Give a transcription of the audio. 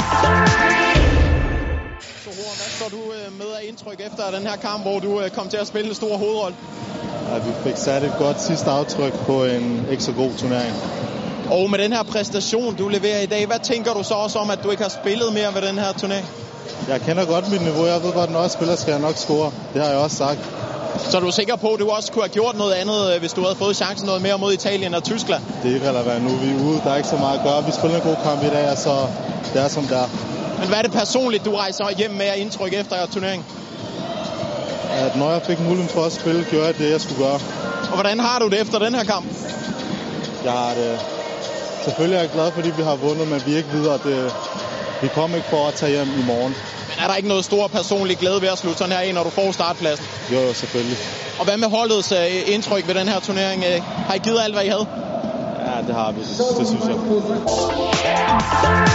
Hvad står du med af indtryk efter den her kamp, hvor du kom til at spille en stor hovedrolle? Ja, vi fik sat et godt sidste aftryk på en ikke så god turnering. Og med den her præstation, du leverer i dag, hvad tænker du så også om, at du ikke har spillet mere ved den her turnering? Jeg kender godt mit niveau. Jeg ved godt, når jeg spiller, skal jeg nok score. Det har jeg også sagt. Så er du sikker på, at du også kunne have gjort noget andet, hvis du havde fået chancen noget mere mod Italien og Tyskland? Det er irrelevant nu. Vi er ude. Der er ikke så meget at gøre. Vi spiller en god kamp i dag, så det er som det er. Men hvad er det personligt, du rejser hjem med af indtryk efter turneringen? At når jeg fik muligheden for at spille, gjorde jeg det, jeg skulle gøre. Og hvordan har du det efter den her kamp? Jeg har det... Selvfølgelig er jeg glad, fordi vi har vundet, men vi er ikke videre. Vi kommer ikke for at tage hjem i morgen. Men er der ikke noget stor personlig glæde ved at slutte sådan her af, når du får startpladsen? Jo, selvfølgelig. Og hvad med holdets indtryk ved den her turnering? Har I givet alt, hvad I havde? Ja, det har vi. Det synes jeg.